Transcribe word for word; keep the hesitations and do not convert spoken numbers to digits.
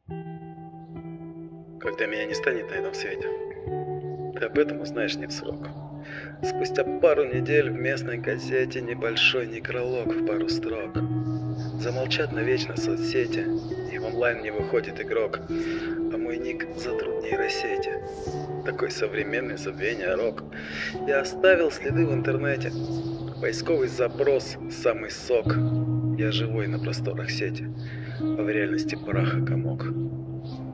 Когда меня не станет на этом свете, ты об этом узнаешь не в срок. Спустя пару недель в местной газете небольшой некролог в пару строк. Замолчат навечно соцсети, и в онлайн не выходит игрок, а мой ник затрут нейросети. Такой современный забвение рок. Я оставил следы в интернете. Поисковый запрос, самый сок. Я живой на просторах сети, а в реальности праха комок.